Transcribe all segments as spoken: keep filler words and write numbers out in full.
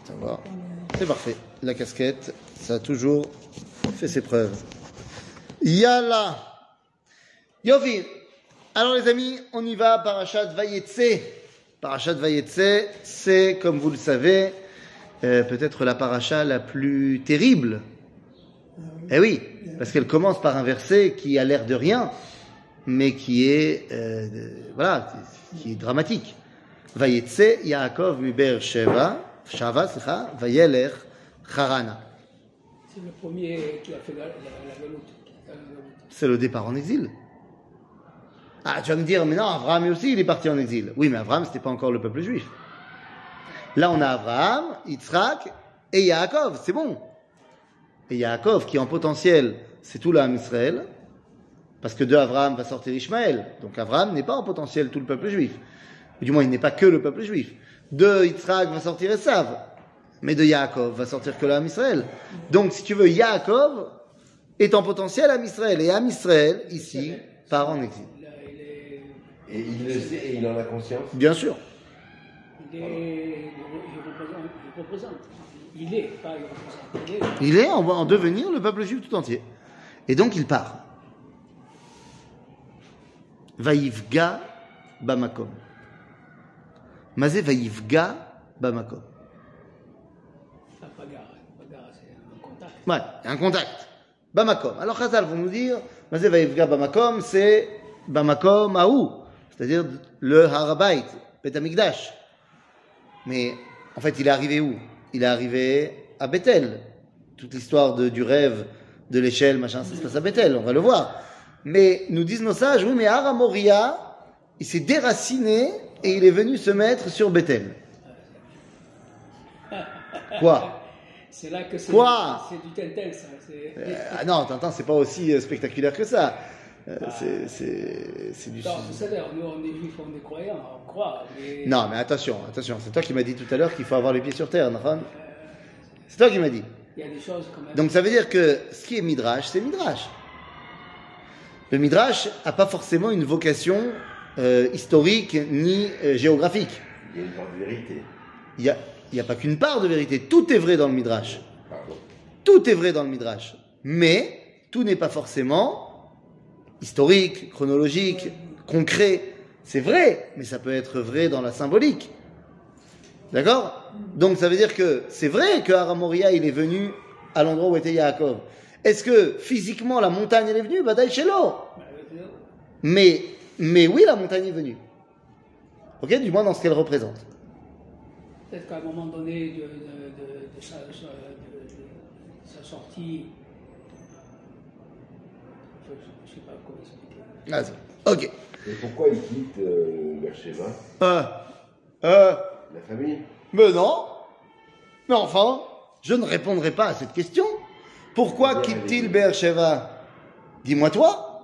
Savoir. C'est parfait. La casquette, ça a toujours fait ses preuves. Yalla. Yofi. Alors les amis, on y va. Parashat Vayetse. Parashat Vayetse, c'est, comme vous le savez, euh, peut-être la paracha la plus terrible. Eh oui, parce qu'elle commence par un verset qui a l'air de rien, mais qui est, euh, voilà, qui est dramatique. Vayetse Yaakov miber Sheva, Shava, slicha, Vayeler Harana. C'est le premier qui a fait la, la, la galoute. C'est le départ en exil. Ah, tu vas me dire, mais non, Abraham aussi, il est parti en exil. Oui, mais Abraham, c'était pas encore le peuple juif. Là, on a Abraham, Yitzhak et Yaakov, c'est bon. Et Yaakov, qui en potentiel, c'est tout l'âme Israël, parce que de Abraham va sortir Ishmaël. Donc Abraham n'est pas en potentiel tout le peuple juif. Ou du moins, il n'est pas que le peuple juif. De Yitzhak va sortir Esav, mais de Yaakov va sortir que l'âme Israël. Donc, si tu veux, Yaakov est en potentiel âme Israël. Et âme Israël, ici, part en exil. Et il le sait et il en a conscience. Bien sûr. Il est, il représente, il représente. Il est, pas il représente. Il est, Il est en, en devenir le peuple juif tout entier. Et donc il part. Vaïvga bamakom. Mazé vaïvga bamakom. pas bagarre. Bagarre, c'est un contact. Ouais, un contact. Bamakom. Alors Chazal vont nous dire, Mazé vaïvga bamakom, c'est bamakom aou. C'est-à-dire le Harabait, Bet Amikdash. Mais en fait, il est arrivé où? Il est arrivé à Bethel. Toute l'histoire de, du rêve, de l'échelle, machin, ça se passe à Bethel, on va le voir. Mais nous disent nos sages, oui, mais Har Moria, il s'est déraciné et il est venu se mettre sur Bethel. Quoi? C'est là que c'est, Quoi c'est du Tintin, ça. C'est... Euh, ah non, Tintin, c'est pas aussi euh, spectaculaire que ça. Euh, ah. c'est, c'est, c'est du... Non, c'est ça, nous, on est juifs, on est croyants, on croit. Mais... Non, mais attention, attention, c'est toi qui m'as dit tout à l'heure qu'il faut avoir les pieds sur terre, Nathan. C'est toi qui m'as dit. Il y a des choses quand même. Donc ça veut dire que ce qui est Midrash, c'est Midrash. Le Midrash n'a pas forcément une vocation euh, historique ni euh, géographique. Il y a une part de vérité. Il n'y a, il y a pas qu'une part de vérité. Tout est vrai dans le Midrash. Pardon. Tout est vrai dans le Midrash. Mais tout n'est pas forcément historique, chronologique, concret. C'est vrai, mais ça peut être vrai dans la symbolique. D'accord? Donc ça veut dire que c'est vrai que Har Moria, il est venu à l'endroit où était Yaakov. Est-ce que physiquement la montagne elle est venue? Badaï Shelo. Mais, mais oui, la montagne est venue. Ok? Du moins dans ce qu'elle représente. Peut-être qu'à un moment donné de, de, de, de, sa, de, de sa sortie, je ne sais pas comment expliquer. Ah, c'est... Ok. Et pourquoi il quitte euh, Beersheba? Euh, euh, La famille? mais non. Mais enfin, je ne répondrai pas à cette question. Pourquoi quitte-t-il Beersheba? Dis-moi toi.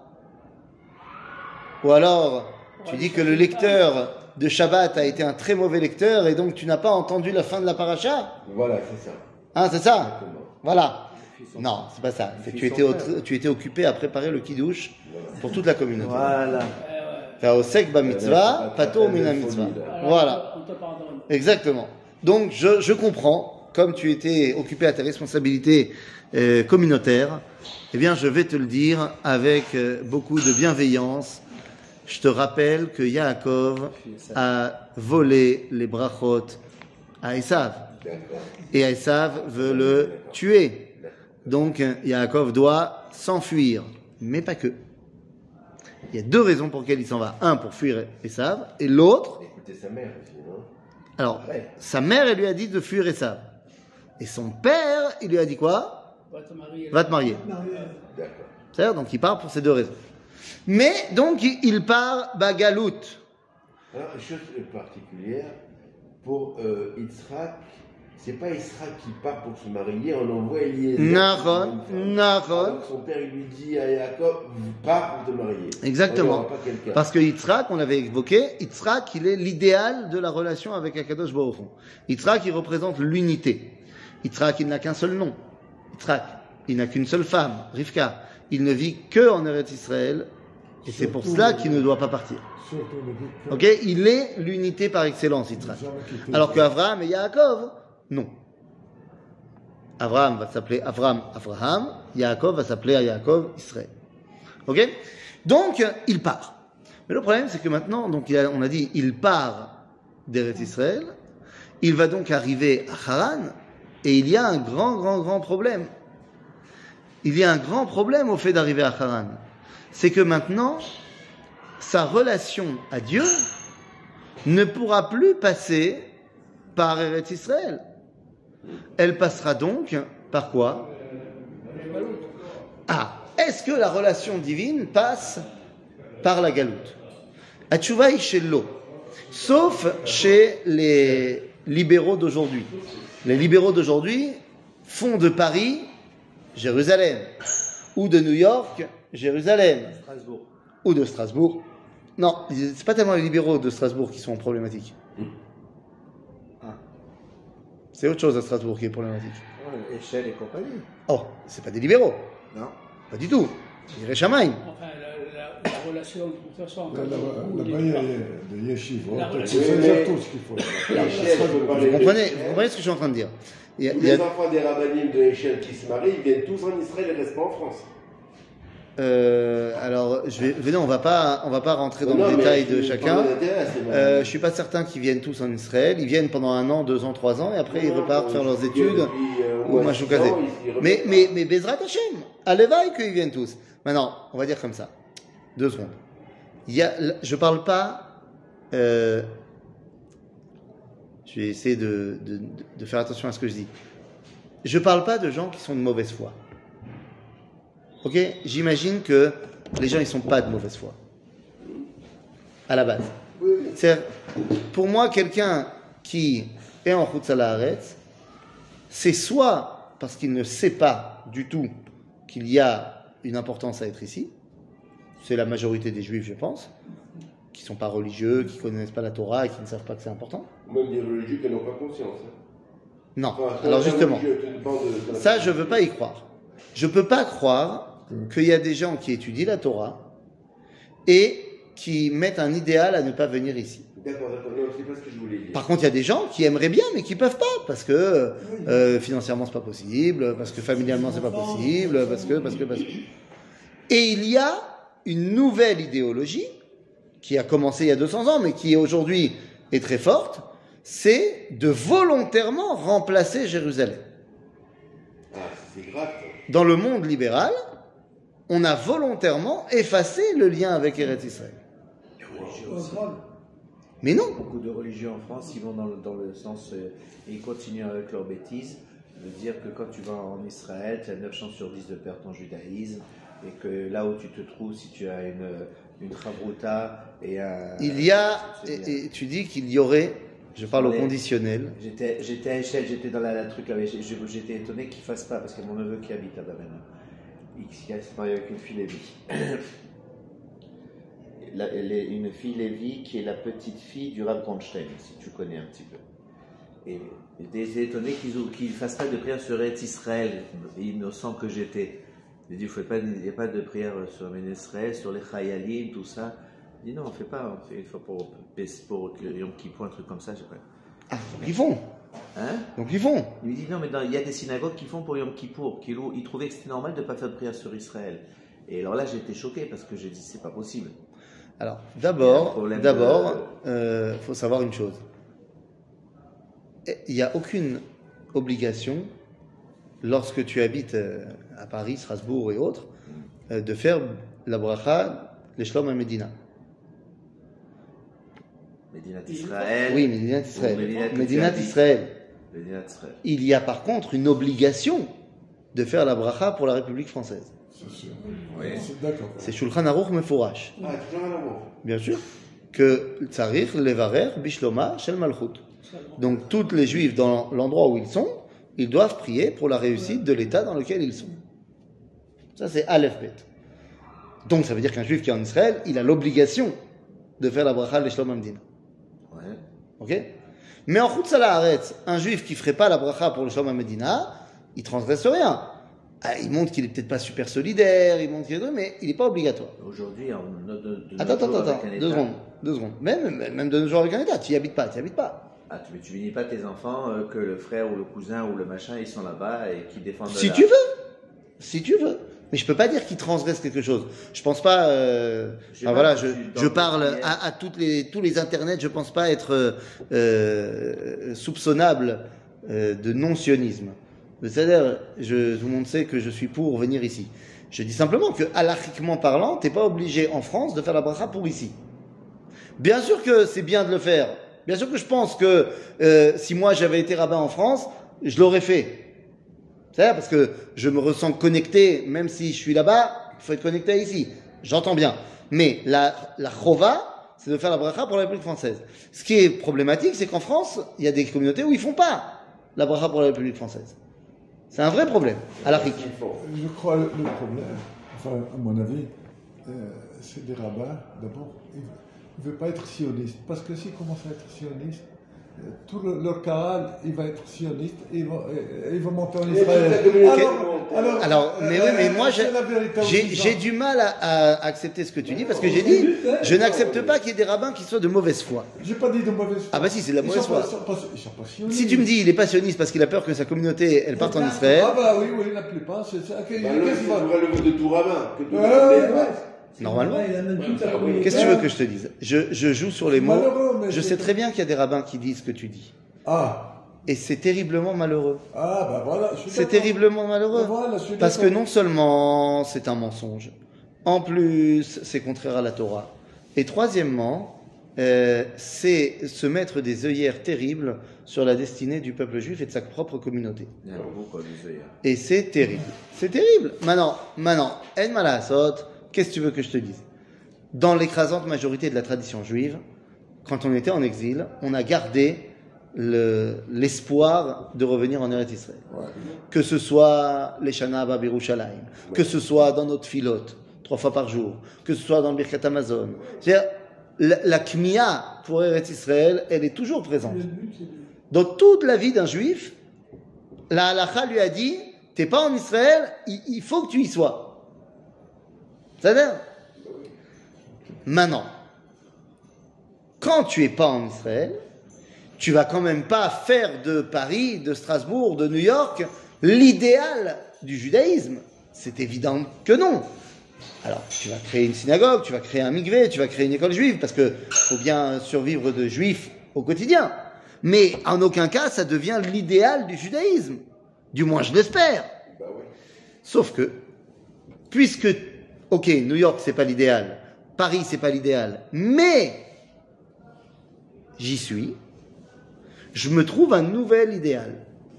Ou alors, tu dis que le lecteur de Shabbat a été un très mauvais lecteur et donc tu n'as pas entendu la fin de la paracha? Voilà, c'est ça. Hein, c'est ça? Exactement. Voilà. Non, c'est pas ça. C'est que tu étais, au, tu étais occupé à préparer le kiddush pour toute la communauté. Voilà. Faire au sek ba mitzvah, pato mina mitzvah. Voilà. On te pardonne. Exactement. Donc je, je comprends, comme tu étais occupé à tes responsabilités euh, communautaires, eh bien je vais te le dire avec euh, beaucoup de bienveillance. Je te rappelle que Yaakov a volé les brachot à Esav. Et Esav veut le tuer. Donc Yaakov doit s'enfuir. Mais pas que. Il y a deux raisons pour lesquelles il s'en va. Un, pour fuir Esav, et l'autre... Écoutez sa mère aussi, non? Alors, sa mère, elle lui a dit de fuir Esav. Et son père, il lui a dit quoi? Va te marier. Va te marier. D'accord. C'est-à-dire, donc il part pour ces deux raisons. Mais, donc, il part Bagalout. Alors, une chose particulière, pour euh, Yitzhak, c'est pas Yitzhak qui part pour se marier, on envoie Eliezer. Nahon, Nahon. Son père, il lui dit à Yaakov, pars pour te marier. Exactement. Parce que Yitzhak, on l'avait évoqué, Yitzhak, il est l'idéal de la relation avec Akadosh Baruch Hu. Yitzhak, il représente l'unité. Yitzhak, il n'a qu'un seul nom. Yitzhak, il n'a qu'une seule femme, Rivka. Il ne vit que en Eretz Israël. Et c'est pour cela qu'il ne doit pas partir. Ok? Il est l'unité par excellence, Yitzhak. Alors qu'Avraham et Yaakov, non. Abraham va s'appeler Avram, Avraham, Yaakov va s'appeler Yaakov, Israël. Ok? Donc, il part. Mais le problème, c'est que maintenant, donc, il a, on a dit, il part d'Eretz Israël, il va donc arriver à Haran, et il y a un grand, grand, grand problème. Il y a un grand problème au fait d'arriver à Haran. C'est que maintenant, sa relation à Dieu ne pourra plus passer par Eretz Israël. Elle passera donc par quoi? Ah, est-ce que la relation divine passe par la galoute? Atchouvaï chez l'eau, sauf chez les libéraux d'aujourd'hui. Les libéraux d'aujourd'hui font de Paris Jérusalem, ou de New York Jérusalem, Strasbourg. ou de Strasbourg. Non, c'est pas tellement les libéraux de Strasbourg qui sont problématiques. Ah. C'est autre chose à Strasbourg qui est problématique. Ouais, échelle et compagnie. Oh, c'est pas des libéraux, Non. pas du tout. C'est des Shamaim. Enfin, la, la, la relation, de toute façon, Là, quand là, on- là-bas, il y a des yeshivot. La Donc, relation- c'est Oui, faire mais- tout ce qu'il faut. L'échelle, on peut parler Vous de comprenez, l'échelle. vous comprenez ce que je suis en train de dire? Il y a- Tous il y a- les enfants des rabbinim de l'échelle qui se marient, ils viennent tous en Israël et restent pas en France. euh, alors, je vais, venez, on va pas, on va pas rentrer dans Non, le mais détail de ils chacun. parlent d'intérêt, c'est marrant. Euh, je suis pas certain qu'ils viennent tous en Israël. Ils viennent pendant un an, deux ans, trois ans, et après ils Non, repartent non, faire leurs ils- études ils- euh, ou moins machin six ans, casé. ils- ils reviennent Mais, pas. mais, mais Bezrat Hashem, Alevaï qu'ils viennent tous. Maintenant, on va dire comme ça. Deux secondes. Il y a, je parle pas. Euh, je vais essayer de, de, de faire attention à ce que je dis. Je parle pas de gens qui sont de mauvaise foi. Ok? J'imagine que les gens ils sont pas de mauvaise foi. À la base. C'est pour moi quelqu'un qui est en Chutz La'aretz, c'est soit parce qu'il ne sait pas du tout qu'il y a une importance à être ici. C'est la majorité des Juifs, je pense, qui sont pas religieux, qui connaissent pas la Torah et qui ne savent pas que c'est important. Ou même des religieux qui n'ont pas conscience. hein. Non. Enfin, Alors c'est un justement, religieux, tout dépend de- de- ça je veux pas y croire. Je peux pas croire qu'il y a des gens qui étudient la Torah et qui mettent un idéal à ne pas venir ici. D'accord, d'accord. Non, c'est pas ce que je voulais dire. Par contre, il y a des gens qui aimeraient bien, mais qui peuvent pas, parce que euh, financièrement c'est pas possible, parce que familialement c'est pas possible, parce que, parce que, parce que. Et il y a une nouvelle idéologie qui a commencé il y a deux cents ans, mais qui aujourd'hui est très forte, c'est de volontairement remplacer Jérusalem. Ah, c'est grave. ça. Dans le monde libéral, on a volontairement effacé le lien avec Eretz Israël. Mais non. Beaucoup de religieux en France, ils vont dans le, dans le sens, euh, et ils continuent avec leur bêtise, de dire que quand tu vas en Israël, tu as neuf chances sur dix de perdre ton judaïsme, et que là où tu te trouves, si tu as une, une chavruta et un... Il y a, c'est bien. et, et tu dis qu'il y aurait, je parle au Mais- conditionnel, J'étais, j'étais à échelle, j'étais dans la, la truc là, mais j'ai- j'ai- j'étais étonné qu'ils fassent pas, parce que mon neveu qui habite là-bas maintenant, il qui a se marié avec une fille Lévi. La- elle est une fille Lévi qui est la petite fille du Rav Goldstein, si tu connais un petit peu. Et j'étais étonné qu'ils ne qu'ils fassent pas de prière sur Eretz Israël, innocent que j'étais. J'ai dit, il n'y a pas de prière sur Eretz Israël, sur les Chayalim, tout ça. Il dit non, on ne fait pas, on fait une fois pour, pour Yom Kippur, un truc comme ça, je sais pas. ah, donc ils font, Hein? donc ils font. Il me dit non, mais dans- il y a des synagogues qui font pour Yom Kippour, qui lou- ils trouvaient que c'était normal de ne pas faire de prière sur Israël. Et alors là, j'ai été choqué parce que j'ai dit c'est pas possible. Alors, Il y a un d'abord, problème d'abord, euh, faut savoir une chose. Il n'y a aucune obligation, lorsque tu habites euh, à Paris, Strasbourg et autres, euh, de faire la bracha, les shlom à Medina. Médinat Israël. Oui, Medina Israël. Ou Medinat Medina Israël. Israël. Médinat Israël. Il y a par contre une obligation de faire la bracha pour la République française. C'est sûr. Oui. C'est d'accord. C'est Shulchan Aruch Mefourash. Ah, toujours un amour. Bien sûr. Que Tsarich Levarer Bishloma Shel Malchut. Donc, toutes les Juifs dans l'endroit où ils sont, ils doivent prier pour la réussite de l'État dans lequel ils sont. Ça, c'est Aleph Bet. Donc, ça veut dire qu'un Juif qui est en Israël, il a l'obligation de faire la bracha l'Eshlom Amdina. Ouais. Ok? Mais en Chutz La'aretz, un Juif qui ferait pas la bracha pour l'Eshlom Amdina, il transgresse rien. Ah, il montre qu'il est peut-être pas super solidaire, il montre qu'il est... mais il n'est pas obligatoire. Aujourd'hui, on- de, de, de Attends, nos jours, attends, attends, avec un deux État- secondes, deux secondes. Même, même, même de nos jours avec un État, tu n'y habites pas, tu n'y habites pas. Ah, tu, tu bénis pas tes enfants euh, que le frère ou le cousin ou le machin, ils sont là-bas et qui défendent Si la... tu veux, si tu veux. Mais je peux pas dire qu'ils transgressent quelque chose. Je pense pas. Euh, Je sais enfin, pas, voilà, je je, suis dans je le parle quotidien. à, à toutes les, tous les internets. Je pense pas être euh, soupçonnable euh, de non-sionisme. C'est-à-dire, je, tout le monde sait que je suis pour venir ici. Je dis simplement que, halachiquement parlant, t'es pas obligé en France de faire la bracha pour ici. Bien sûr que c'est bien de le faire. Bien sûr que je pense que euh, si moi j'avais été rabbin en France, je l'aurais fait. C'est-à-dire parce que je me ressens connecté, même si je suis là-bas, il faut être connecté ici. J'entends bien. Mais la, la chova, c'est de faire la bracha pour la République française. Ce qui est problématique, c'est qu'en France, il y a des communautés où ils font pas la bracha pour la République française. C'est un vrai problème, à l'Afrique. Je crois le, le problème, enfin, à mon avis, euh, c'est des rabbins, d'abord, ils ne veulent pas être sionistes. Parce que s'ils commencent à être sionistes, euh, tout le, leur canal, il va être sioniste, et ils vont, et, et ils vont monter en Israël. Alors, Alors, mais oui, mais moi, j'ai, c'est la vérité j'ai, aussi, j'ai ça. du mal à, à accepter ce que tu dis, parce que j'ai dit, je n'accepte pas qu'il y ait des rabbins qui soient de mauvaise foi. J'ai pas dit de mauvaise foi. Ah bah si, c'est de la Ils mauvaise sont pas- foi. ils sont pas- ils sont pas sionistes. Si tu me dis, il est pas sioniste parce qu'il a peur que sa communauté, elle parte en Israël, Ah bah oui, oui, la plupart, c'est ça. Qu'est-ce Bah, là, qu'est-ce c'est qu'il va- vrai le vote de tout rabbin. Que tout Ouais, rabbin ouais, fait. ouais. normalement. Il amène toute la Ouais, communauté. Qu'est-ce que tu veux que je te dise? Je, je joue sur les mots. Malheureux, mais Je c'est- sais très bien qu'il y a des rabbins qui disent ce que tu dis. Ah, Et c'est terriblement malheureux. ah bah voilà. je suis C'est d'accord. terriblement malheureux. Ben voilà, je suis Parce que d'accord. non seulement c'est un mensonge, en plus c'est contraire à la Torah. Et troisièmement, euh, c'est se mettre des œillères terribles sur la destinée du peuple juif et de sa propre communauté. Il y en a beaucoup, quoi, des œillères. Et c'est terrible. C'est terrible. Maintenant, maintenant, en malasot, qu'est-ce que tu veux que je te dise? Dans l'écrasante majorité de la tradition juive, quand on était en exil, on a gardé le- l'espoir de revenir en Eretz Israël. Ouais. Que ce soit les Shana Abba Birushalayim, que ce soit dans notre filote, trois fois par jour, que ce soit dans le Birkat Amazon. C'est-à-dire, la, la Kmiya pour Eretz Israël, elle est toujours présente. Le but, c'est de- Dans toute la vie d'un juif, la halakha lui a dit, t'es pas en Israël, il, il faut que tu y sois. C'est-à-dire, maintenant, quand tu es pas en Israël, tu vas quand même pas faire de Paris, de Strasbourg, de New York, l'idéal du judaïsme. C'est évident que non. Alors, tu vas créer une synagogue, tu vas créer un mikvé, tu vas créer une école juive, parce que faut bien survivre de juifs au quotidien. Mais en aucun cas, ça devient l'idéal du judaïsme. Du moins, je l'espère. Bah ouais. Sauf que, puisque, ok, New York, c'est pas l'idéal, Paris, c'est pas l'idéal, mais j'y suis, je me trouve un nouvel idéal.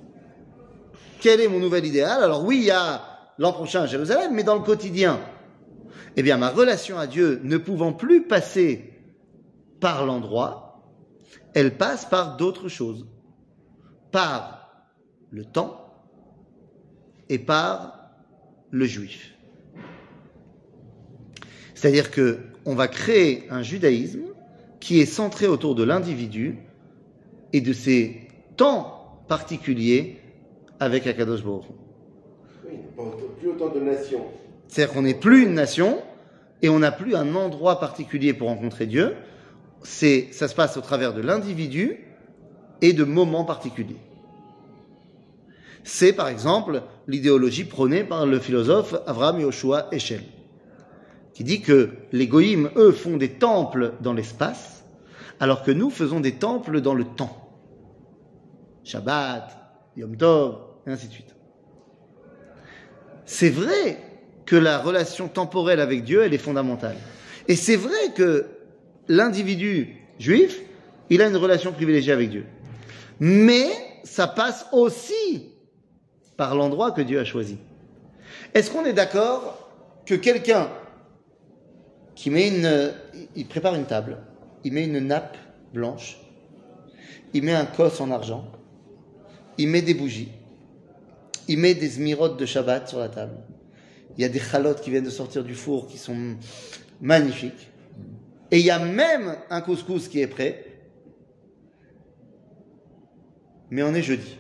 Quel est mon nouvel idéal? Alors oui, il y a l'an prochain à Jérusalem, mais dans le quotidien, eh bien, ma relation à Dieu ne pouvant plus passer par l'endroit, elle passe par d'autres choses. Par le temps et par le juif. C'est-à-dire que on va créer un judaïsme qui est centré autour de l'individu et de ses temps particuliers avec Akadosh Baruch Hu. Oui, pas autant- plus autant de nations. C'est-à-dire qu'on n'est plus une nation et on n'a plus un endroit particulier pour rencontrer Dieu. C'est, ça se passe au travers de l'individu et de moments particuliers. C'est par exemple l'idéologie prônée par le philosophe Avraham Yoshua Heschel, qui dit que les goïms, eux, font des temples dans l'espace, alors que nous faisons des temples dans le temps. Shabbat, Yom Tov, et ainsi de suite. C'est vrai que la relation temporelle avec Dieu, elle est fondamentale. Et c'est vrai que l'individu juif, il a une relation privilégiée avec Dieu. Mais ça passe aussi par l'endroit que Dieu a choisi. Est-ce qu'on est d'accord que quelqu'un qui met une, il prépare une table, il met une nappe blanche, il met un cos en argent, il met des bougies, il met des zmirotes de Shabbat sur la table, il y a des chalotes qui viennent de sortir du four qui sont magnifiques, et il y a même un couscous qui est prêt, mais on est jeudi.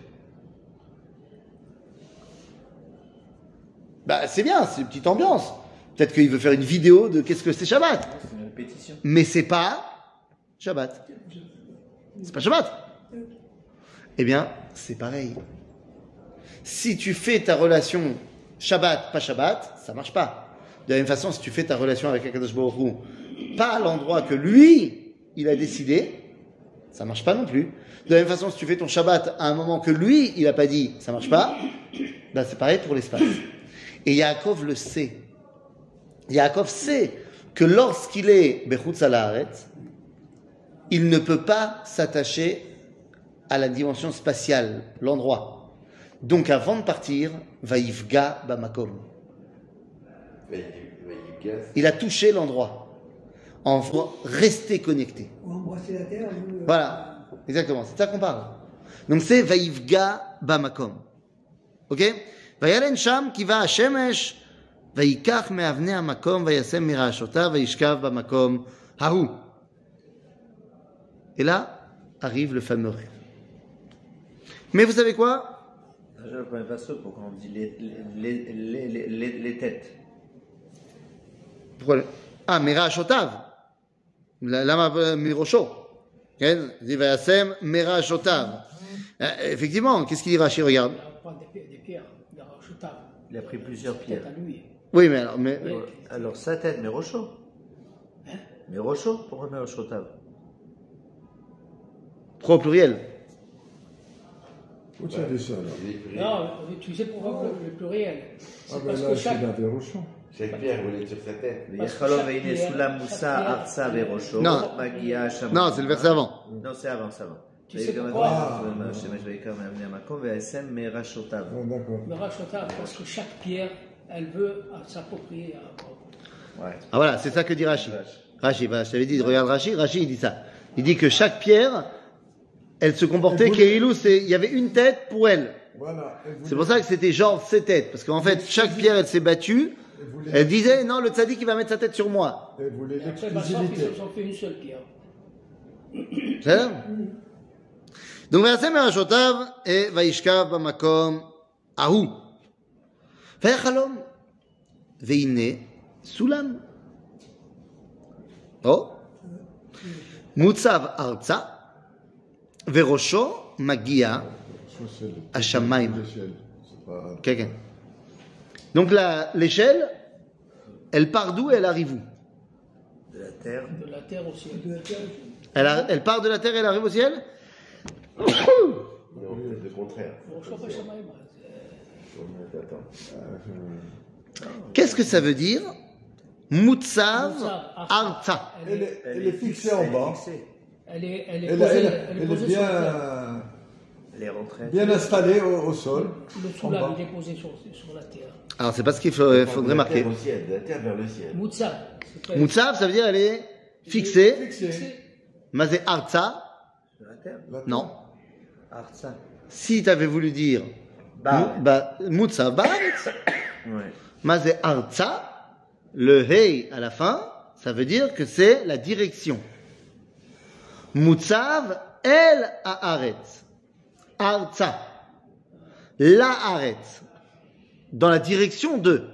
Bah, c'est bien, c'est une petite ambiance. Peut-être qu'il veut faire une vidéo de qu'est-ce que c'est Shabbat. C'est une répétition. Mais c'est pas Shabbat. C'est pas Shabbat. Eh bien, c'est pareil. Si tu fais ta relation Shabbat, pas Shabbat, ça marche pas. De la même façon, si tu fais ta relation avec Akadosh Baruch Hu, pas à l'endroit que lui, il a décidé, ça marche pas non plus. De la même façon, si tu fais ton Shabbat à un moment que lui, il a pas dit, ça marche pas, ben c'est pareil pour l'espace. Et Yaakov le sait. Yaakov sait que lorsqu'il est Bechutz Haaretz, il ne peut pas s'attacher à la dimension spatiale, l'endroit. Donc avant de partir, Vaïfga Bamakom. Il a touché l'endroit. En rester connecté. Embrasser la terre. Vous... Voilà, exactement, c'est ça qu'on parle. Donc c'est Vaïfga Bamakom. Ok? Vayalen Sham qui va à Shemesh, Vaïkach me'avne hamakom, Vayasem mira'ashotav, Vayishkav Bamakom Hahu. Et là arrive le fameux rêve. Mais vous savez quoi? Je ne connais pas ça pour qu'on dit les, les, les, les, les, les têtes. Pourquoi? Ah, mira'ashotav. Lama mirosho. Il dit Vayasem mira'ashotav. Effectivement, qu'est-ce qu'il dit Rashi? Regarde. Il a pris plusieurs pierres. Oui, mais alors. Mais... Alors, alors sa tête, mais Rocho. Hein? Mais Rocho, pourquoi mais Rochotav? Pro pluriel. Où tu as dit ça là? Non, tu sais pourquoi le pluriel? Ah ben là, c'est la Vérochon. Chaque pierre voulait sur sa tête. Non, non, c'est le verset avant. Non, c'est avant, c'est avant. Tu sais pourquoi? Ah, Merashotav, parce que chaque pierre, elle veut s'approprier. Ouais. Ah voilà, c'est ça que dit Rashi. Rashi, bah, je t'avais dit, regarde Rashi, Rashi il dit ça. Il dit que chaque pierre, elle se comportait qu'Eilou, c'est, il y avait une tête pour elle. Voilà. C'est pour ça que c'était genre ses têtes, parce qu'en fait, chaque pierre, elle s'est battue. Elle disait, non, le tzaddik, il va mettre sa tête sur moi. Elle voulait Après, l'exclusivité. Ils ont fait une seule pierre. C'est ça? Donc, Vayasem Merashotav et Vaishkav Bamakom Ahu. Vayachalom. Veine Sulam. Oh. Mutzav Arza. Verosho Magia. Hashamaim. Quelqu'un. Donc la, l'échelle, elle part d'où et elle arrive où? De la terre. De la terre au ciel. Elle, a, elle part de la terre et elle arrive au ciel? Non, c'est le contraire. Qu'est-ce que ça veut dire? Mutzav Arza. Elle est, elle est fixée en bas. Elle est, elle est, Elle, posée, elle, elle est elle posée est sur la bien, terre. Elle est rentrée. bien installée au, au sol. Le soulab, il est posé sur, sur la terre. Alors c'est pas ce qu'il faudrait, faudrait marquer. De la terre au ciel, de la terre vers le ciel. Mutzav. Mutzav, ça veut dire elle est fixée. Fixée. Mazé Arza. De la terre. La terre. Non. Arza. Si tu avais voulu dire Bah. bah, Mutzav Baaretz, Ouais. Mazé Arza, le Hey à la fin, ça veut dire que c'est la direction. Mutzav El Haaretz. Arza. La Haaretz. Dans la direction de.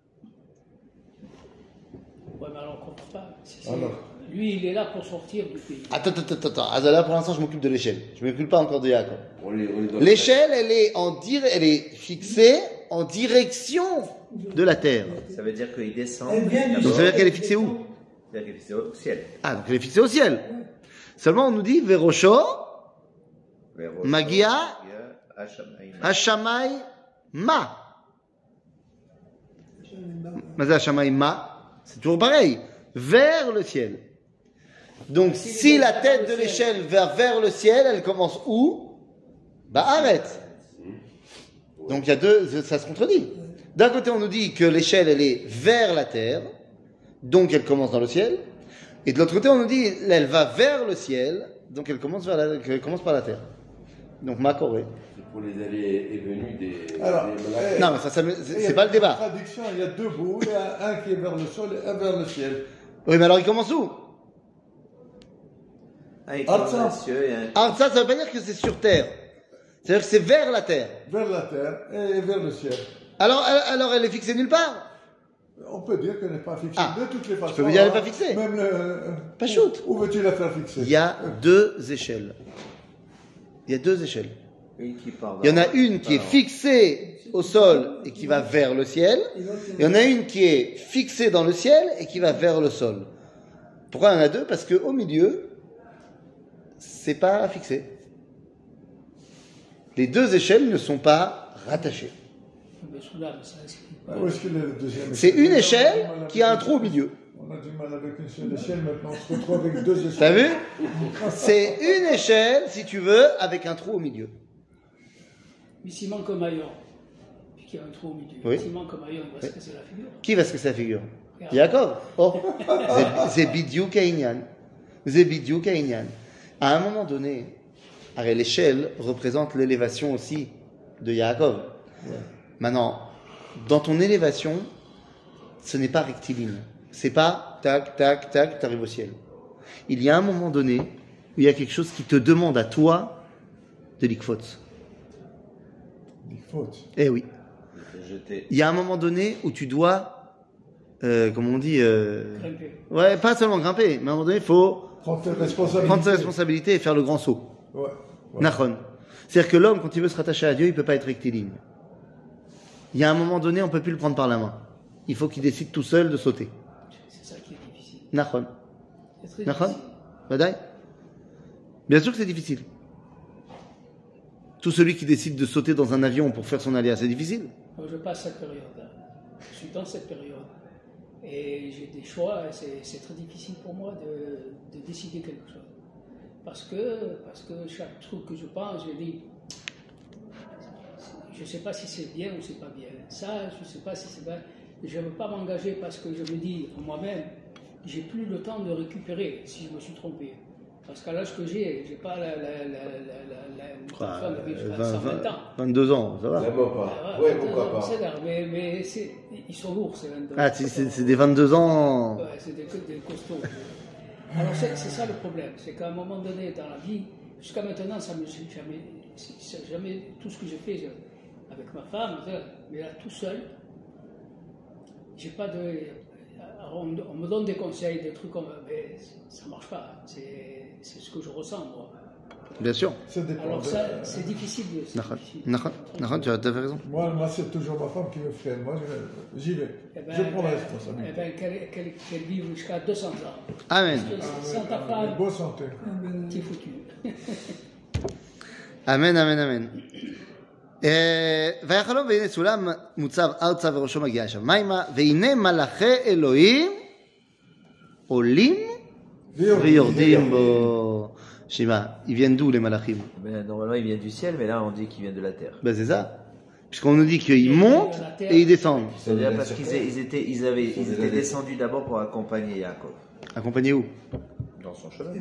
Ouais, mais alors on comprend pas. C'est- Alors. Lui, il est là pour sortir du pays. Attends, attends, attends, attends. Ah, là, pour l'instant, je m'occupe de l'échelle. Je m'occupe pas encore de Yaakov. On est- on est dans L'échelle, elle est en dire, elle est fixée en direction de la terre. Ça veut dire qu'il descend. Elle vient du Donc ça veut dire qu'elle est fixée où? Ça veut dire qu'elle est fixée au ciel. Ah, donc elle est fixée au ciel. Seulement, on nous dit Verosho, Vers Rocho, Magia, Hashamaim. Hashamay, Ma. Mais Hashamay, Ma, c'est toujours pareil. Vers le ciel. Donc, si la tête de l'échelle va vers le ciel, elle commence où? Bah, arrête. Donc, il y a deux, ça se contredit. D'un côté, on nous dit que l'échelle, elle est vers la terre, donc elle commence dans le ciel. Et de l'autre côté, on nous dit, elle va vers le ciel, donc elle commence, vers la, elle commence par la terre. Donc, ma Corée. C'est pour les allées et venues des. Alors, des eh, Non, mais ça, ça me- il y c'est a c'est pas le une débat. Traduction, il y a deux bouts. Il y a un qui est vers le sol et un vers le ciel. Oui, mais alors il commence où? Un est Arza. dans les cieux et un. Alors ça, ça veut pas dire que c'est sur terre. C'est-à-dire que c'est vers la terre. Vers la terre et vers le ciel. Alors, elle- alors elle est fixée nulle part. On peut dire qu'elle n'est pas fixée. Ah, de toutes les façons. peux me dire qu'elle n'est hein, pas fixée. Même le. Pas shoot. Où veux-tu la faire fixer? Il y a deux échelles. Il y a deux échelles. Une qui part Il y en a d'en- une qui est alors, fixée au sol et qui va vers le ciel. Il y en a une qui est fixée dans le ciel et qui va vers le sol. Pourquoi il y en a deux? Parce qu'au milieu, c'est pas fixé. Les deux échelles ne sont pas rattachées. Mais celui-là, ça explique Ah, pas. où est-ce que le deuxième C'est une On a échelle du mal qui a un avec- trou au milieu. On a du mal avec une seule échelle, maintenant on se retrouve avec deux échelles. T'as vu? C'est une échelle, si tu veux, avec un trou au milieu. Mais s'il manque un maillon, puis qu'il y a un trou au milieu, Oui. s'il manque un maillon, il va se casser la figure. Qui va se casser la figure? Yaakov. Oh, c'est bidiuk Inyan. C'est bidiuk Inyan. À un moment donné, alors, l'échelle représente l'élévation aussi de Yaakov. Maintenant, dans ton élévation, ce n'est pas rectiligne. C'est pas tac, tac, tac, tu arrives au ciel. Il y a un moment donné où il y a quelque chose qui te demande à toi de l'ikfot. Des fautes. Eh oui. jeter. Il y a un moment donné où tu dois, euh, comme on dit, euh, Grimper. ouais, pas seulement grimper, mais à un moment donné, il faut Prends tes responsabilités. prendre ses responsabilités et faire le grand saut. Ouais. ouais. Nachon. C'est-à-dire que l'homme, quand il veut se rattacher à Dieu, il peut pas être rectiligne. Il y a un moment donné, on peut plus le prendre par la main. Il faut qu'il décide tout seul de sauter. C'est ça qui est difficile. Nachon. C'est très Nachon. difficile. Badaï. Bien sûr que c'est difficile. Tout celui qui décide de sauter dans un avion pour faire son aléa, c'est difficile. Moi, je passe cette période-là. Je suis dans cette période. Et j'ai des choix, et c'est, c'est très difficile pour moi de, de décider quelque chose. Parce que, parce que chaque truc que je pense, je dis, je ne sais pas si c'est bien ou c'est pas bien. Ça, je ne sais pas si c'est bien. Je ne veux pas m'engager parce que je me dis en moi-même, j'ai plus le temps de récupérer si je me suis trompé. Parce qu'à l'âge que j'ai, j'ai pas la, la, la, la, la, la, une Ah, fin de vie jusqu'à vingt, cent vingt vingt, ans. vingt-deux ans, ça va. Vraiment Ah, pas. ouais, Ouais, pourquoi pas. C'est là, mais, mais c'est, ils sont lourds ces vingt-deux. Ah, c'est, c'est, c'est des vingt-deux ans. Ouais, c'est des, des costauds. Alors c'est, c'est ça le problème, c'est qu'à un moment donné dans la vie, jusqu'à maintenant, ça me j'ai jamais, c'est, c'est jamais tout ce que j'ai fait je- avec ma femme, mais là tout seul, j'ai pas de. Alors, on, on me donne des conseils, des trucs comme, mais ça marche pas. C'est, c'est ce que je ressens moi. Bien sûr. Ça dépend. Alors de- ça, c'est difficile. De, c'est Nachon. difficile. Nachon. Nachon, tu as tout à fait raison. Moi, moi c'est toujours ma femme qui me freine. Moi, je- j'y vais. Eh ben, je prends la eh responsabilité. ben, qu'elle, qu'elle, qu'elle vive jusqu'à deux cents ans. Amen. Parce que Ah, sans ouais, ta ah, femme, bonne santé. t'es foutu. אמן, אמן, אמן. אה, ויחלום והנה סולם מוצב ארצה וראשו מגיע שם מימה, והנה מלאכי אלוהים עולים ויורדים בו. Shima, ils viennent d'où les malachim? Ben, normalement, il vient du ciel, mais là, on dit qu'il vient de la terre. Ben c'est ça. Puisqu'on nous dit qu'ils montent et ils descendent. C'est-à-dire parce qu'ils ils étaient, ils avaient, ils étaient descendus d'abord pour accompagner Yaakov Accompagnés où? dans son chemin.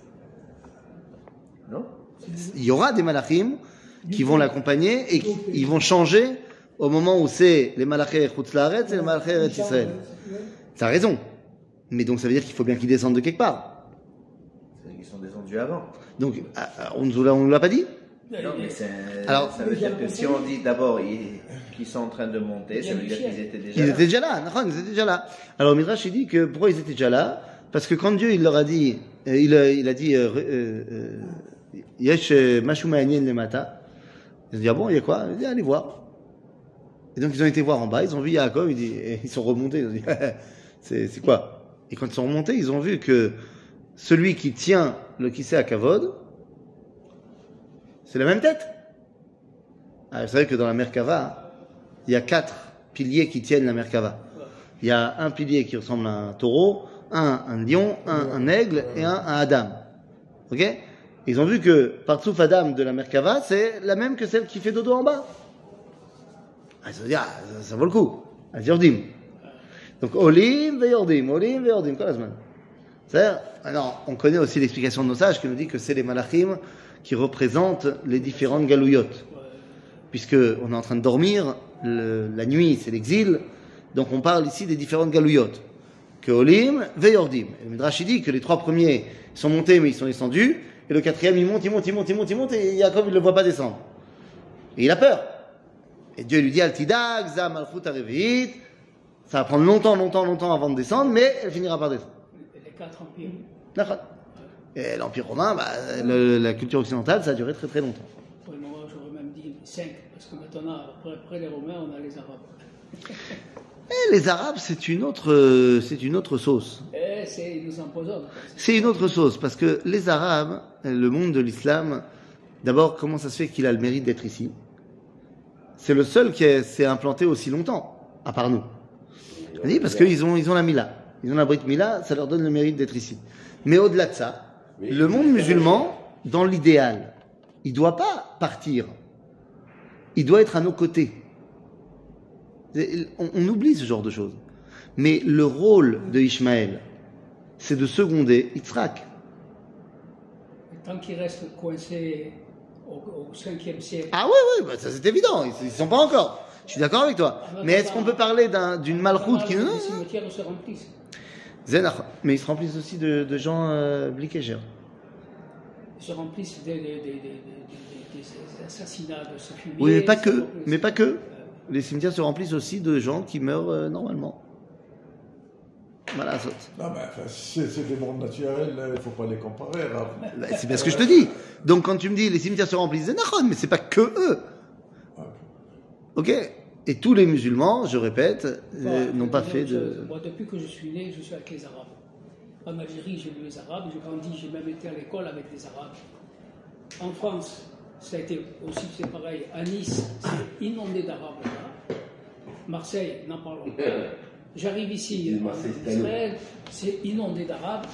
Non? Il y aura des malachim qui vont l'accompagner et qui ils vont changer au moment où c'est les malachim Chutz Laaretz et les malachim Eretz Israël. T'as raison. Mais donc ça veut dire qu'il faut bien qu'ils descendent de quelque part. C'est-à-dire qu'ils sont descendus avant. Donc ah, ah, on nous l'a, on nous l'a pas dit? Non, mais c'est, Alors- ça veut dire que si on dit d'abord ils- qu'ils sont en train de monter, ça veut dire qu'ils étaient déjà Ils là. étaient déjà là, Nachon, ils étaient déjà là. Alors Midrash il dit que pourquoi ils étaient déjà là? Parce que quand Dieu il leur a dit, euh, il, a- il a dit euh, euh, euh, Yesh mashu ma'anien lemata. Ils ont dit ah bon il y a quoi? Il dit allez voir. Et donc ils ont été voir en bas, ils ont vu Yaakov, il dit, et ils sont remontés, ils ont dit c'est, c'est quoi? Et quand ils sont remontés, ils ont vu que celui qui tient le kissé à Kavod, c'est la même tête. Ah, vous savez que dans la Merkava, il y a quatre piliers qui tiennent la Merkava. Il y a un pilier qui ressemble à un taureau, un, un lion, un, un aigle et un, un Adam. Ok? Ils ont vu que Partsouf Adam de la Merkava, c'est la même que celle qui fait dodo en bas. Ah, ils se sont dit, ah, ça, ça vaut le coup. Ah, Yordim. Donc, Olim ve Yordim, Olim ve Yordim, quoi la semaine? C'est-à-dire, alors, on connaît aussi l'explication de nos sages qui nous dit que c'est les malachim qui représentent les différentes galouillottes. Puisque on est en train de dormir, le- la nuit c'est l'exil, donc on parle ici des différentes galouillottes. Que Olim ve Yordim. Et le Midrash il dit que les trois premiers sont montés mais ils sont descendus, et le quatrième il monte, il monte, il monte, il monte, il monte, et Yaakov il ne le voit pas descendre. Et il a peur. Et Dieu lui dit Altidag, Za Malchut Arevit, ça va prendre longtemps, longtemps, longtemps avant de descendre, mais elle finira par descendre. Les quatre empires. D'accord. Et l'Empire romain, bah, le- la culture occidentale, ça a duré très très longtemps. Oui, moi, j'aurais même dit cinq, parce que maintenant, après, après les Romains, on a les Arabes. Et les Arabes, c'est une autre, euh, c'est une autre sauce. Et c'est, ils nous empoisonnent. C'est une autre sauce, parce que les Arabes, le monde de l'islam, d'abord, comment ça se fait qu'il a le mérite d'être ici? C'est le seul qui est- s'est implanté aussi longtemps, à part nous. Oui, parce qu'ils ont, ils ont la Mila. Ils ont la Brit Mila, ça leur donne le mérite d'être ici. Mais au-delà de ça, le monde musulman, dans l'idéal, il doit pas partir. Il doit être à nos côtés. On, on oublie ce genre de choses. Mais le rôle de Ishmaël, c'est de seconder Yitzhak. Tant qu'ils restent coincés au, au cinquième siècle, Ah oui, oui, bah ça c'est évident, ils ne sont pas encore. Je suis d'accord avec toi. Mais est-ce qu'on peut parler d'un- d'une malchoute qui... les Non, cimetières se remplissent. Zenach. Mais ils se remplissent aussi de, de gens euh, bliquégères. Ils se remplissent des, des, des, des, des- des assassinats de ce fumier. Oui, mais pas se que. remplissent. Mais pas que. Les cimetières se remplissent aussi de gens qui meurent euh, normalement. Voilà, ça. Non, mais enfin, c'est c'est des mondes naturels, il ne faut pas les comparer. Rav. Bah, c'est bien ce que je te dis. Donc quand tu me dis les cimetières se remplissent, Zenachon, mais c'est pas que eux. Ok. Et tous les musulmans, je répète, euh, Bon, n'ont pas je- fait je- de. Moi, depuis que je suis né, je suis avec les Arabes. En Algérie, j'ai vu les Arabes, j'ai grandi, j'ai même été à l'école avec les Arabes. En France, ça a été aussi c'est pareil. À Nice, c'est inondé d'Arabes là. Marseille, n'en parlons pas. J'arrive ici, en Marseille, c'est à nous. Israël, c'est inondé d'Arabes.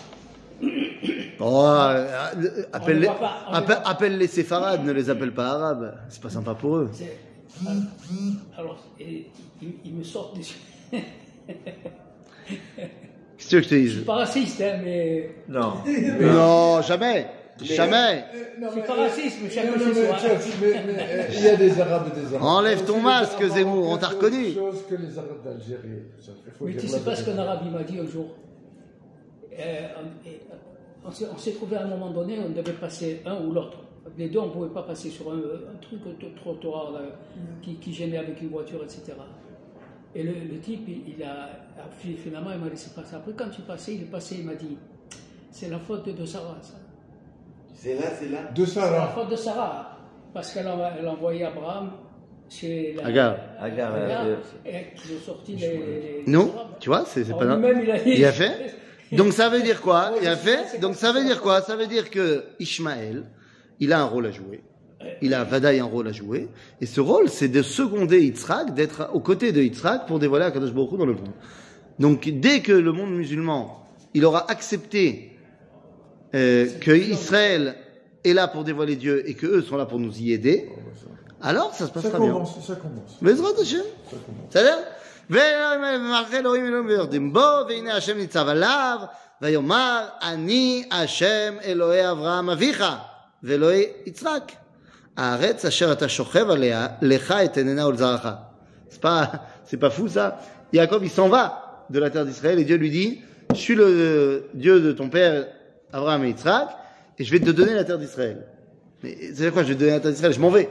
Oh, euh, euh, appelle, On les, les voit pas, on les appelle, voit. appelle les séfarades, ne les appelle pas arabes. C'est pas sympa pour eux. C'est- Alors, et, ils, ils me sortent des. Qu'est-ce que tu veux que je te Je dise? suis pas raciste, hein, mais. Non. Non, jamais. Jamais. Non, Je suis mais- pas raciste, mais chacun non, chez non, mais, soi. Chelsea, mais- mais, euh, il y a des Arabes et des Arabes. Enlève Il y a ton aussi masque, des Arabes Zemmour, marocains, on t'a c'est reconnu. autre chose que les Arabes d'Algérie. Ça, il faut Mais dire tu la sais pas ce qu'un vérité. arabe il m'a dit un jour. Euh, on- et, euh, on s'est- on s'est trouvé à un moment donné, on devait passer un ou l'autre. Les deux, on ne pouvait pas passer sur un, un truc de trottoir là, qui, qui gênait avec une voiture, et cetera. Et le, le type, il, il a, a- finalement, il m'a laissé passer. Après, quand tu passais, il est passé, il m'a dit, c'est la faute de Sarah, ça. C'est là, c'est là. De C'est la Sarah. faute de Sarah, parce qu'elle a, elle a envoyé Abraham chez la, Agar. Agar, Agar, euh, et qu'ils ont sorti les, les, les Non, Arabes. tu vois, c'est c'est Alors pas. lui-même, il a dit- Il a fait. Donc ça veut dire quoi? Ouais, Il a c'est- fait. c'est Donc comme ça veut ça. dire quoi? Ça veut dire que Ishmaël, il a un rôle à jouer. Il a Vadaï un rôle à jouer. Et ce rôle, c'est de seconder Yitzhak, d'être aux côtés de Yitzhak pour dévoiler Akadosh Baruch Hu dans le monde. Donc dès que le monde musulman, il aura accepté euh, que Israël est là pour dévoiler Dieu et que eux sont là pour nous y aider, alors ça se Ça passera bien. commence, ça commence. Bezrat Hashem. Ça commence. בסדר? ומלכי אלוהים אלוהים ויורדים בו, והנה השם ניצב עליו, ויאמר, אני השם אלוהי אברהם אביך, ואלוהי יצחק. הארץ אשר אתה שוכב עליה, לך אתננה ולזרעך. C'est pas, c'est pas fou ça. Jacob, il s'en va de la terre d'Israël et Dieu lui dit, je suis le Dieu de ton père Abraham et Yitzhak, et je vais te donner la terre d'Israël. Mais c'est quoi, je vais te donner la terre d'Israël? Je m'en vais.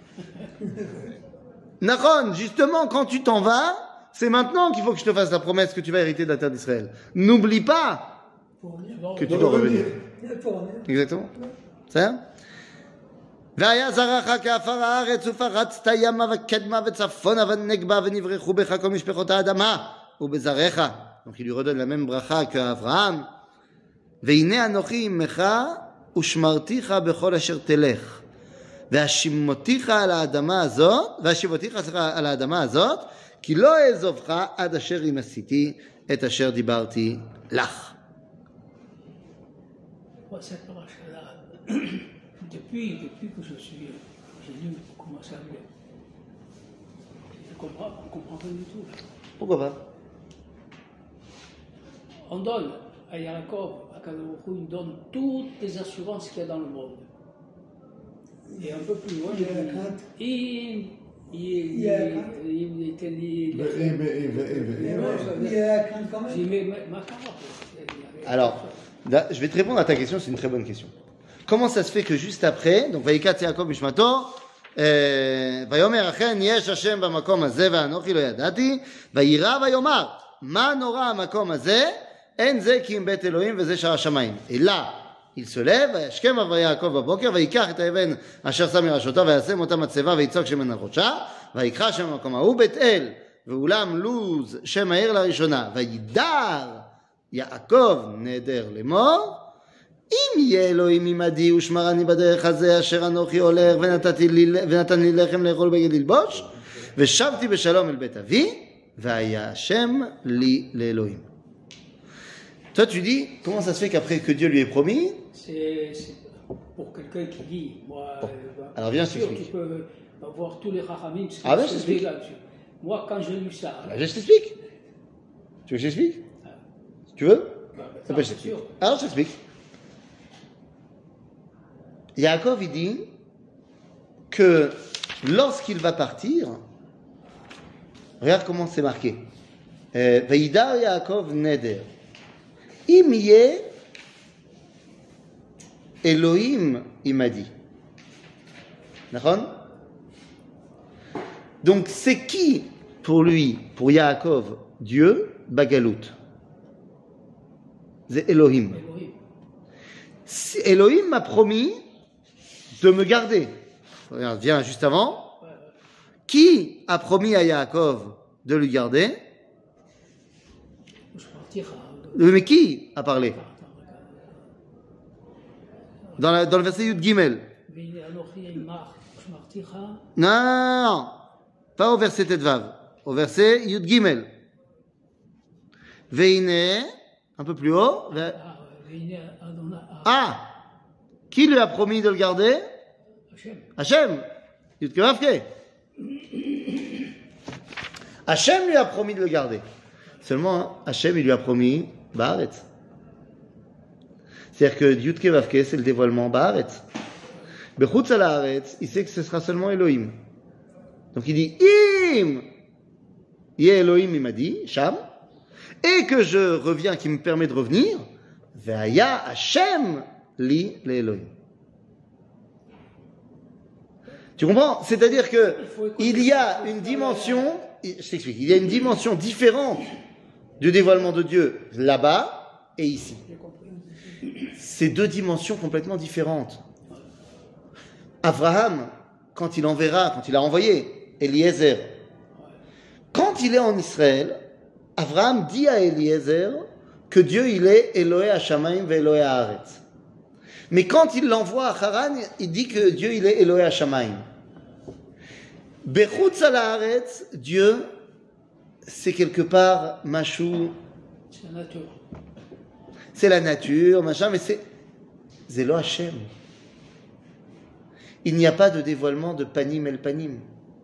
Nachon, justement, quand tu t'en vas, c'est maintenant qu'il faut que je te fasse la promesse que tu vas hériter de la terre d'Israël. N'oublie pas que tu dois revenir. Exactement. C'est ça? והיה זרעך כעפר הארץ ופרצת ימה וקדמה וצפונה ונגבה ונברחו בך כל משפחות האדמה ובזרעך. Donc il lui redonne la même bracha qu'Abraham. והנה אנוכי עמך ושמרתיך בכל אשר תלך. והשימותיך על האדמה הזאת, והשיבותיך סליחה על האדמה הזאת, כי לא אעזובך עד אשר אם עשיתי את אשר דיברתי לך. Moi, cette paracha-là, depuis, depuis que je suis, j'ai lu, commencé à lire, je comprends, on ne comprend rien du tout. Pourquoi pas? On donne à Yaakov, à Kadosh, il donne toutes les assurances qu'il y a dans le monde. Et un peu plus loin, il dit, il il il était dit. Mais, mais, mais, mais, mais, J'ai mis ma carotte. Alors, là, je vais te répondre à ta question, c'est une très bonne question. Comment ça se fait que juste après, donc Vayikat Yaakov Mishmato, ויאמר אכן יש השם במקום הזה ואנוכי לא ידעתי, ויירא ויאמר מה נורא המקום הזה, אין זה כי אם בית אלוהים וזה שער השמיים. Et là, il se lève, וישכם אב ויעקב בבוקר, ויקח את האבן אשר שם מראשותיו, וישם אותה מצבה, ויצוק שמן על ראשה, ויקרא שם המקום ההוא בית אל, ואולם לוז שם העיר לראשונה, וידר יעקב נדר לאמור, אם יהיה אלוהים עמדי ושמרני בדרך הזה אשר אנוכי הולך ונתתי לי, ונתן לי לחם לאכול בגד ללבוש, ושבתי בשלום אל בית אבי, והיה השם לי לאלוהים. Toi, tu dis, comment ça se fait qu'après que Dieu lui ait promis, C'est c'est pour quelqu'un qui dit, moi, Bon. euh, bah, Alors, viens, bien je sûr, t'explique. tu peux avoir tous les rachamim, ce Ah, ben, qui je se t'explique. fait là-dessus. Moi, quand j'ai lu ça, bah, je t'explique. Tu veux que je t'explique? Tu veux? bah, Ah, bah, ben, je t'explique. Alors, je t'explique. Yaakov, il dit que lorsqu'il va partir, regarde comment c'est marqué. Euh, Veidar Yaakov neder. Im yeh Elohim, il m'a dit. D'accord? Donc, c'est qui pour lui, pour Yaakov, Dieu, Bagalout? C'est Elohim. Elohim. Si Elohim m'a promis de me garder. Regarde, viens juste avant. Qui a promis à Yaakov de lui garder? Je partirai. Mais qui a parlé? Dans, la- dans le verset Yud Gimel. והנה אנוכי עמך ושמרתיך, Non, non, non, pas au verset Tetvav, au verset Yud Gimel. Veine, un peu plus haut. ve- אה, והנה אדוני, אה, Ah, qui lui a promis de le garder? השם, Hachem. Yud Kevavke. Hachem lui a promis de le garder. Seulement, hein, Hachem, il lui a promis Baaretz. C'est-à-dire que Yud Kevavke, c'est le dévoilement Baaretz. Bechutz al Haaretz, il sait que ce sera seulement Elohim. Donc il dit Im Yeh Elohim, il m'a dit, Sham, et que je reviens, qui me permet de revenir, Ve'aya Hachem li le Elohim. Tu comprends? C'est-à-dire que il y a une dimension, je t'explique, il y a une dimension différente du dévoilement de Dieu là-bas et ici. j'ai compris. C'est deux dimensions complètement différentes. Abraham, quand il enverra, quand il a envoyé Eliezer, quand il est en Israël, Abraham dit à Eliezer que Dieu il est Elohé Hashamayim ve Elohé Haaretz. Mais quand il l'envoie à Haran, il dit que Dieu il est Elohé Hashamayim. Bechutz al Haaretz, Dieu, c'est quelque part Mashou, C'est la nature. c'est la nature, machin, mais c'est Zélo Hashem. Il n'y a pas de dévoilement de panim el panim.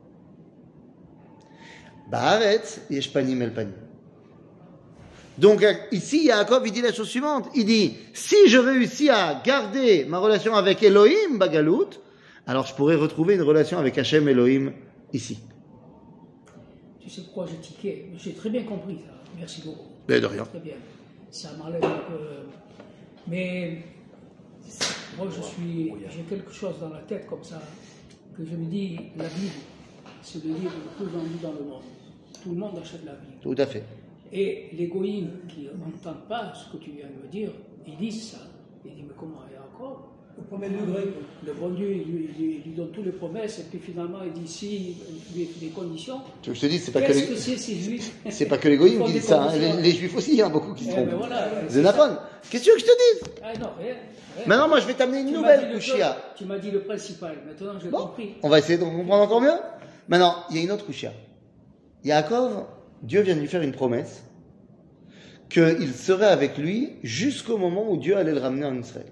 Baaretz, yesh panim el panim. Donc ici, Yaakov, il dit la chose suivante. Il dit, si je réussis à garder ma relation avec Elohim, Bagalout, alors je pourrais retrouver une relation avec Hachem Elohim ici. Tu sais pourquoi j'ai tiqué? J'ai très bien compris ça. Merci beaucoup. Mais de rien. Très bien. Ça m'enlève un peu. Mais moi, je suis, j'ai quelque chose dans la tête comme ça que je me dis, la Bible, c'est le livre le plus vendu dans le monde. Tout le monde achète la Bible. Tout à fait. Et les goïms qui n'entendent pas ce que tu viens de me dire, ils disent ça. Ils disent, mais comment Yaakov? Au premier degré. Le bon Dieu, il lui, il lui- il lui donne toutes les promesses, et puis finalement, il dit, si, il lui fait des conditions. Tu veux que je te dise, c'est pas que Qu'est-ce les, que c'est ces juifs? c'est pas que les goïms Ils font qui des disent ça, hein. conditions. les, les juifs aussi, il y en a beaucoup qui se Eh trompent. ben voilà, C'est Nathan. Qu'est-ce que tu veux que je te dise? Ah non, rien. rien. Maintenant, moi, je vais t'amener une Tu m'as nouvelle dit le kushia. peu- Tu m'as dit le principal, maintenant j'ai Bon, compris. on va essayer de comprendre encore mieux. Maintenant, il y a une autre kushia. Yaakov, Dieu vient de lui faire une promesse qu'il serait avec lui jusqu'au moment où Dieu allait le ramener en Israël.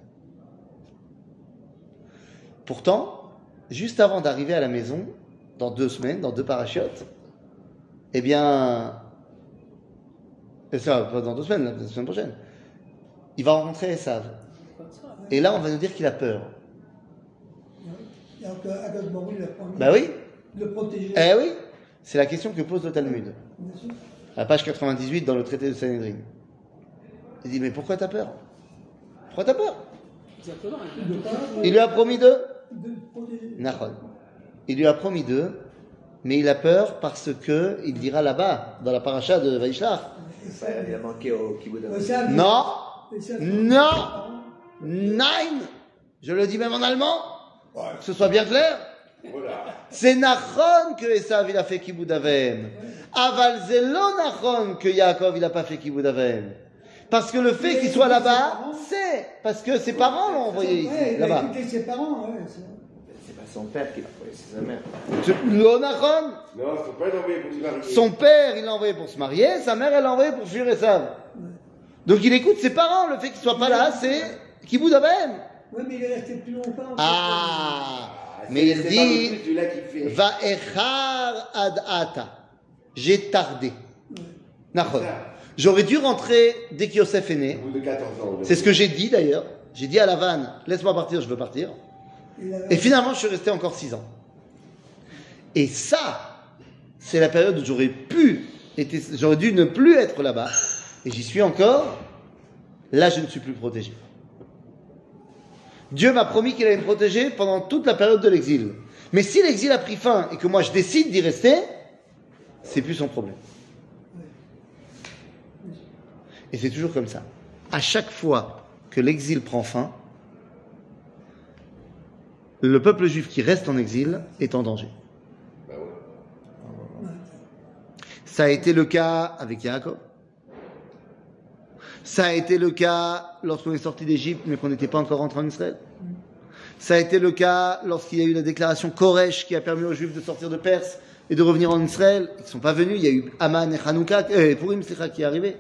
Pourtant, juste avant d'arriver à la maison, dans deux semaines, dans deux parachutes, eh bien, et ça, pas dans deux semaines, la semaine prochaine, il va rencontrer Esav. Comme ça. Et là, on va nous dire qu'il a peur. Donc, Agad Baruch, il a promis Bah oui, de le protéger. eh oui, c'est la question que pose le Talmud. Bien sûr. À la page quatre-vingt-dix-huit dans le traité de Sanhedrin. Il dit, mais pourquoi t'as peur? Pourquoi t'as peur? Exactement. De pas Il lui a promis de de le protéger. Nahon. Il lui a promis d'eux, mais il a peur parce que il dira là-bas, dans la paracha de Vaishlach. Et ça, Il a manqué au kibbutz. et ça, Non, et ça, non, Nein. Je le dis même en allemand, que ce soit bien clair. Voilà. C'est Nachon que Esav il a fait Kibbout Avem. Aval zelo Nachon que Yaakov il a pas fait Kibbout Avem. Parce que le fait qu'il soit là-bas, c'est parce que ses parents l'ont envoyé Ouais, ici, il a là-bas. écouté ses parents, ouais. c'est- C'est pas son père qui l'a envoyé, c'est sa mère. Lo Nachon, Non, il ne faut pas l'envoyer pour se marier. son père il l'a envoyé pour se marier, sa mère elle l'a envoyé pour fuir Esav. Donc il écoute ses parents, le fait qu'il soit pas là, c'est Kibbout Avem. Ouais, mais il est resté plus longtemps. Ah, Ah, mais il c'est pas dit, non plus celui-là qui fait. va echar ad ata. J'ai tardé. Nachon. J'aurais dû rentrer dès que Yosef est né. Au bout de quatorze ans. C'est ce que j'ai dit d'ailleurs. J'ai dit à la vanne, laisse-moi partir, je veux partir. Il a- Et finalement, je suis resté encore six ans. Et ça, c'est la période où j'aurais pu, été, j'aurais dû ne plus être là-bas. Et j'y suis encore. Là, je ne suis plus protégé. Dieu m'a promis qu'il allait me protéger pendant toute la période de l'exil. Mais si l'exil a pris fin et que moi je décide d'y rester, c'est plus son problème. Et c'est toujours comme ça. À chaque fois que l'exil prend fin, le peuple juif qui reste en exil est en danger. Bah ouais. Ça a été le cas avec Yaakov. Ça a été le cas lorsqu'on est sorti d'Égypte, mais qu'on n'était pas encore rentré en Israël. Ça a été le cas lorsqu'il y a eu la déclaration Koresh qui a permis aux Juifs de sortir de Perse et de revenir en Israël. Ils ne sont pas venus. Il y a eu Aman et Hanouka, euh, Purim Sikha qui est arrivé.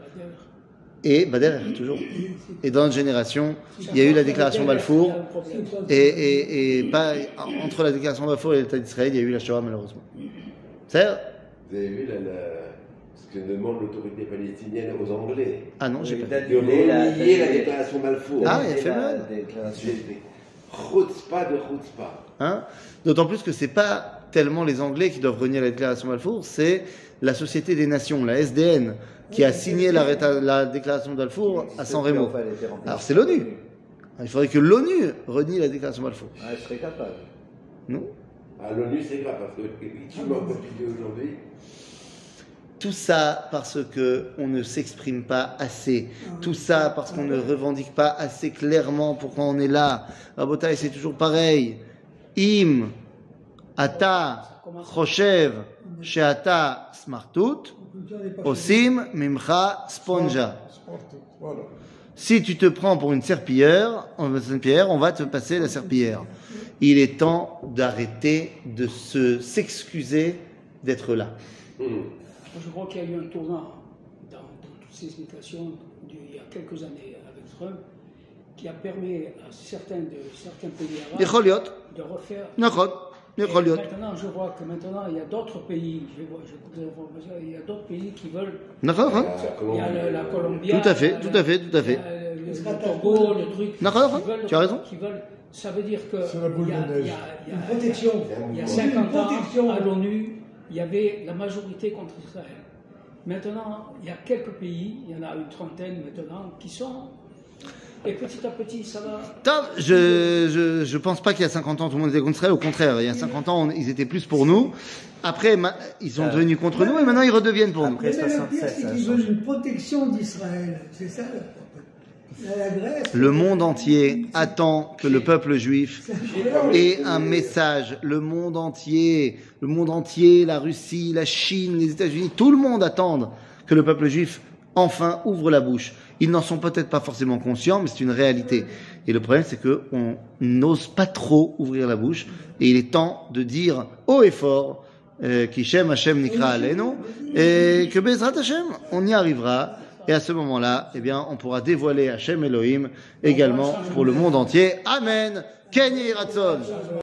Et Bader, toujours. Et dans notre génération, il y a eu la déclaration Balfour. Et, et, et pas, entre la déclaration Balfour et l'État d'Israël, il y a eu la Shoah, malheureusement. C'est Vous avez vu la, la, ce que demande l'autorité palestinienne aux Anglais. Ah non, j'ai Oui, pas d'être- dit. De Il est là, relier la d'annuler. déclaration Balfour. Ah, il a fait la mal. déclaration. Chutzpah de chutzpah. Hein? D'autant plus que c'est pas tellement les Anglais qui doivent renier la déclaration Balfour, c'est la Société des Nations, la S D N, qui a signé la, réta- la déclaration Balfour à San Remo. Enfin, elle était remplie. Alors c'est l'ONU. Il faudrait que l'ONU renie la déclaration Balfour. Ah, je serais capable. Non? À l'ONU, c'est grave parce que effectivement, comme tu dis aujourd'hui, Tout ça parce que on ne s'exprime pas assez. Tout ça parce qu'on ne revendique pas assez clairement pourquoi on est là. Rabotai, c'est toujours pareil. Im, ata, choshev, sheata, smartut, osim, mimcha, sponja. Voilà. Si tu te prends pour une serpillière, une serpillière, on va te passer la serpillière. Il est temps d'arrêter de se s'excuser d'être là. hum, Je crois qu'il y a eu un tournant dans, dans toutes ces situations du- il y a quelques années avec Trump qui a permis à certains, de, certains pays arabes Yecholiot, de refaire. nachot, Et yecholiot. maintenant, je vois que maintenant, il y a d'autres pays, je vois, je vois des informations, il y a d'autres pays qui veulent. Nachot, la Il y a le- la Colombie. Tout à fait, tout à fait, tout à fait. Le, le, le Togo, le truc. D'accord, qui veulent- tu as raison. Qui veulent, ça veut dire que. C'est la boule il y a- de neige. il y a- il y a- Une protection. Il y a Une cinquante protection. ans, à l'ONU, il y avait la majorité contre Israël. Maintenant, il y a quelques pays, il y en a une trentaine maintenant, qui sont. Et petit à petit, ça va. Tom, je, je, je pense pas qu'il y a cinquante ans tout le monde était contre Israël. Au contraire, il y a cinquante ans, on- ils étaient plus pour nous. Après, ma- ils sont Euh, devenus contre nous et maintenant ils redeviennent pour nous. Après Mais même le pire, soixante-sept, c'est ça a qu'ils changé. veulent une protection d'Israël. C'est ça le problème. La, la Grèce. Le monde entier attend que le peuple juif c'est incroyable. ait un message. Le monde entier, le monde entier, la Russie, la Chine, les États-Unis, tout le monde attend que le peuple juif enfin ouvre la bouche. Ils n'en sont peut-être pas forcément conscients, mais c'est une réalité. Et le problème, c'est que on n'ose pas trop ouvrir la bouche. Et il est temps de dire haut et fort euh, qu'Ishem Hashem Nikra Aleinu et que Bezrat Hashem, on y arrivera. Et à ce moment-là, eh bien, on pourra dévoiler Hashem Elohim également pour le monde entier. Amen. Kenny Ratzon.